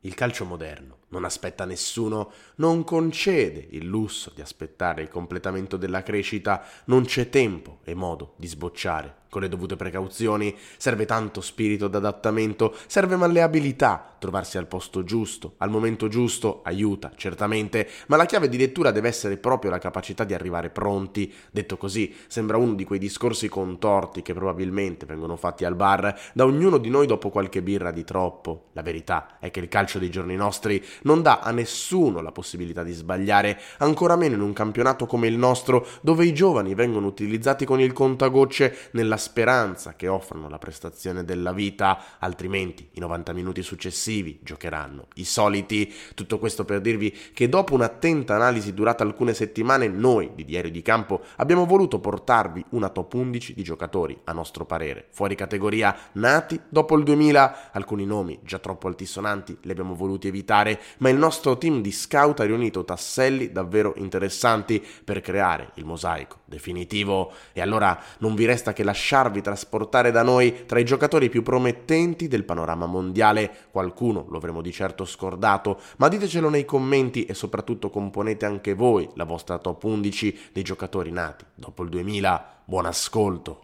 Il calcio moderno non aspetta nessuno, non concede il lusso di aspettare il completamento della crescita, non c'è tempo e modo di sbocciare. Con le dovute precauzioni serve tanto spirito d'adattamento, serve malleabilità, trovarsi al posto giusto, al momento giusto aiuta, certamente, ma la chiave di lettura deve essere proprio la capacità di arrivare pronti. Detto così, sembra uno di quei discorsi contorti che probabilmente vengono fatti al bar da ognuno di noi dopo qualche birra di troppo. La verità è che il calcio dei giorni nostri non dà a nessuno la possibilità di sbagliare, ancora meno in un campionato come il nostro, dove i giovani vengono utilizzati con il contagocce nella speranza che offrano la prestazione della vita, altrimenti i 90 minuti successivi giocheranno i soliti. Tutto questo per dirvi che dopo un'attenta analisi durata alcune settimane, noi di Diario di Campo abbiamo voluto portarvi una top 11 di giocatori, a nostro parere, fuori categoria, nati dopo il 2000. Alcuni nomi già troppo altisonanti li abbiamo voluti evitare, ma il nostro team di scout ha riunito tasselli davvero interessanti per creare il mosaico definitivo. E allora non vi resta che lasciarvi trasportare da noi tra i giocatori più promettenti del panorama mondiale. Qualcuno lo avremo di certo scordato, ma ditecelo nei commenti e soprattutto componete anche voi la vostra top 11 dei giocatori nati dopo il 2000. Buon ascolto!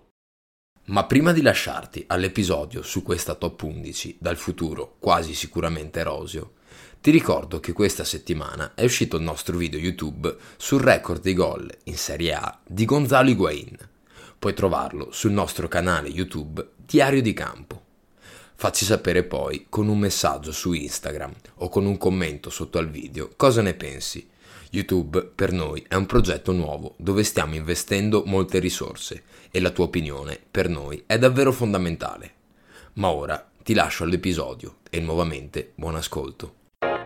Ma prima di lasciarti all'episodio su questa top 11 dal futuro quasi sicuramente roseo, ti ricordo che questa settimana è uscito il nostro video YouTube sul record dei gol in Serie A di Gonzalo Higuaín. Puoi trovarlo sul nostro canale YouTube Diario di Campo. Facci sapere poi con un messaggio su Instagram o con un commento sotto al video cosa ne pensi. YouTube per noi è un progetto nuovo dove stiamo investendo molte risorse e la tua opinione per noi è davvero fondamentale. Ma ora ti lascio all'episodio e nuovamente buon ascolto.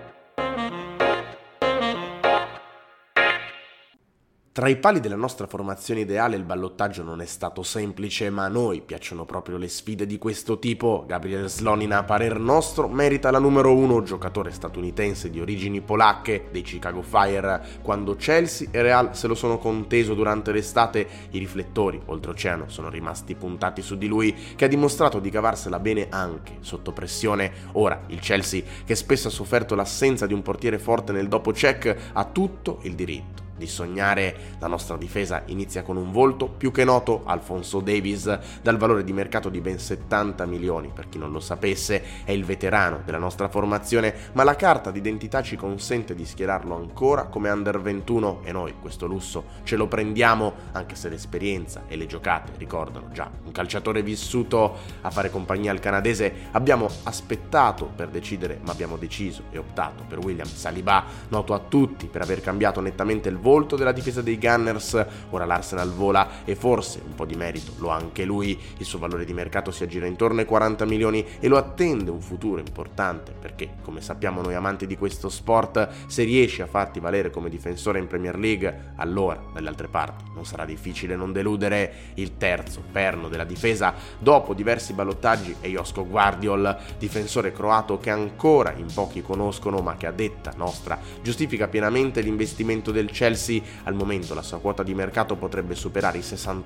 Tra i pali della nostra formazione ideale il ballottaggio non è stato semplice, ma a noi piacciono proprio le sfide di questo tipo. Gabriel Slonin, a parer nostro, merita la numero 1, giocatore statunitense di origini polacche dei Chicago Fire. Quando Chelsea e Real se lo sono conteso durante l'estate, i riflettori oltreoceano sono rimasti puntati su di lui, che ha dimostrato di cavarsela bene anche sotto pressione. Ora il Chelsea, che spesso ha sofferto l'assenza di un portiere forte nel dopo check, ha tutto il diritto di sognare. La nostra difesa inizia con un volto più che noto, Alphonso Davies, dal valore di mercato di ben 70 milioni. Per chi non lo sapesse, è il veterano della nostra formazione, ma la carta d'identità ci consente di schierarlo ancora come under 21 e noi questo lusso ce lo prendiamo, anche se l'esperienza e le giocate ricordano già un calciatore vissuto. A fare compagnia al canadese abbiamo aspettato per decidere, ma abbiamo deciso e optato per William Saliba, noto a tutti per aver cambiato nettamente il volto della difesa dei Gunners. Ora l'Arsenal vola e forse un po' di merito lo ha anche lui. Il suo valore di mercato si aggira intorno ai 40 milioni e lo attende un futuro importante, perché come sappiamo noi amanti di questo sport, se riesci a farti valere come difensore in Premier League, allora dalle altre parti non sarà difficile non deludere. Il terzo perno della difesa dopo diversi ballottaggi è Josko Gvardiol, difensore croato che ancora in pochi conoscono, ma che a detta nostra giustifica pienamente l'investimento del Chelsea. Al momento la sua quota di mercato potrebbe superare i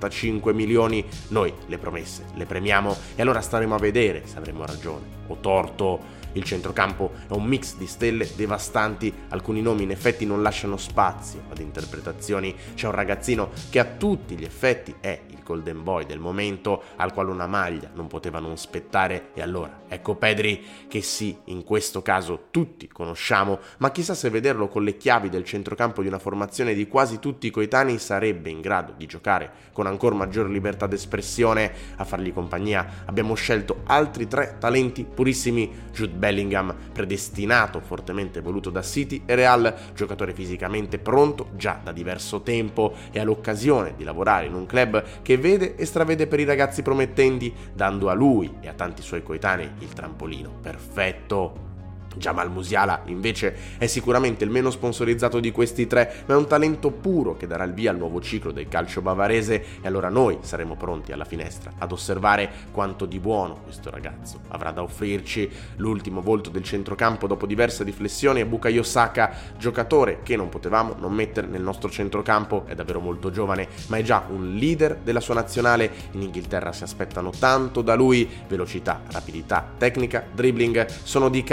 65 milioni. Noi le promesse le premiamo e allora staremo a vedere se avremo ragione o torto. Il centrocampo è un mix di stelle devastanti, alcuni nomi in effetti non lasciano spazio ad interpretazioni. C'è un ragazzino che a tutti gli effetti è il golden boy del momento, al quale una maglia non poteva non spettare, e allora ecco Pedri, che sì, in questo caso tutti conosciamo, ma chissà se vederlo con le chiavi del centrocampo di una formazione di quasi tutti i coetanei sarebbe in grado di giocare con ancora maggior libertà d'espressione. A fargli compagnia abbiamo scelto altri 3 talenti purissimi: Jude Bellingham, predestinato, fortemente voluto da City e Real, giocatore fisicamente pronto già da diverso tempo e ha l'occasione di lavorare in un club che vede e stravede per i ragazzi promettenti, dando a lui e a tanti suoi coetanei il trampolino perfetto. Jamal Musiala invece è sicuramente il meno sponsorizzato di questi 3, ma è un talento puro che darà il via al nuovo ciclo del calcio bavarese, e allora noi saremo pronti alla finestra ad osservare quanto di buono questo ragazzo avrà da offrirci. L'ultimo volto del centrocampo dopo diverse riflessioni è Bukayo Saka, giocatore che non potevamo non mettere nel nostro centrocampo. È davvero molto giovane, ma è già un leader della sua nazionale. In Inghilterra si aspettano tanto da lui: velocità, rapidità, tecnica, dribbling sono di casa, così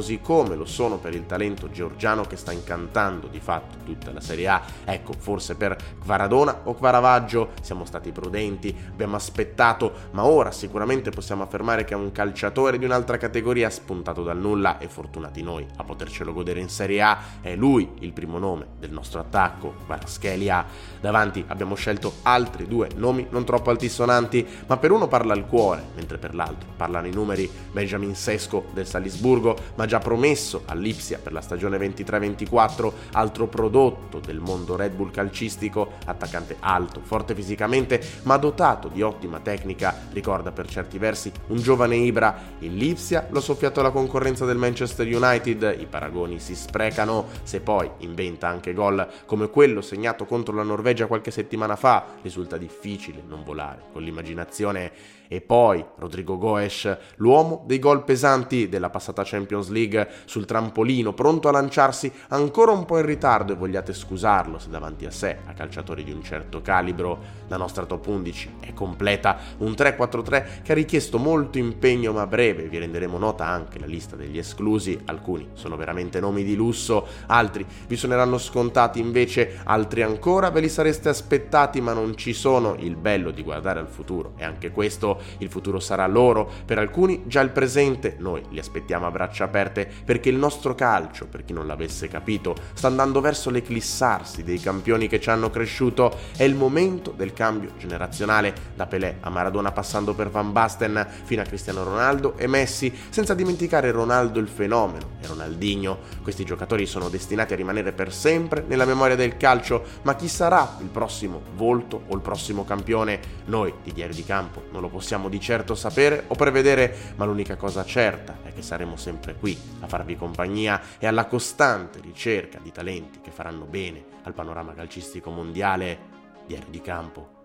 così come lo sono per il talento georgiano che sta incantando di fatto tutta la Serie A. Ecco, forse per Kvaradona o Kvaravaggio siamo stati prudenti, abbiamo aspettato, ma ora sicuramente possiamo affermare che è un calciatore di un'altra categoria spuntato dal nulla, e fortunati noi a potercelo godere in Serie A. È lui il primo nome del nostro attacco, Kvaratskhelia. Davanti abbiamo scelto altri due nomi non troppo altisonanti, ma per uno parla il cuore, mentre per l'altro parlano i numeri. Benjamin Sesko del Salisburgo, ma già promesso all'Ipsia per la stagione 23-24, altro prodotto del mondo Red Bull calcistico, attaccante alto, forte fisicamente, ma dotato di ottima tecnica, ricorda per certi versi un giovane Ibra. Il Lipsia lo ha soffiato la concorrenza del Manchester United, i paragoni si sprecano, se poi inventa anche gol come quello segnato contro la Norvegia qualche settimana fa, risulta difficile non volare con l'immaginazione. E poi Rodrigo Goes, l'uomo dei gol pesanti della passata Champions League, sul trampolino, pronto a lanciarsi ancora un po' in ritardo, e vogliate scusarlo se davanti a sé a calciatori di un certo calibro. La nostra top 11 è completa, un 3-4-3 che ha richiesto molto impegno ma breve. Vi renderemo nota anche la lista degli esclusi, alcuni sono veramente nomi di lusso, altri vi suoneranno scontati invece, altri ancora ve li sareste aspettati ma non ci sono. Il bello di guardare al futuro è anche questo: il futuro sarà loro, per alcuni già il presente. Noi li aspettiamo a braccia aperte, perché il nostro calcio, per chi non l'avesse capito, sta andando verso l'eclissarsi dei campioni che ci hanno cresciuto. È il momento del cambio generazionale, da Pelé a Maradona, passando per Van Basten fino a Cristiano Ronaldo e Messi, senza dimenticare Ronaldo il fenomeno e Ronaldinho. Questi giocatori sono destinati a rimanere per sempre nella memoria del calcio, ma chi sarà il prossimo volto o il prossimo campione? Noi di Diario di Campo non lo possiamo di certo sapere o prevedere, ma l'unica cosa certa è che saremo sempre qui a farvi compagnia e alla costante ricerca di talenti che faranno bene al panorama calcistico mondiale. Diario di Campo.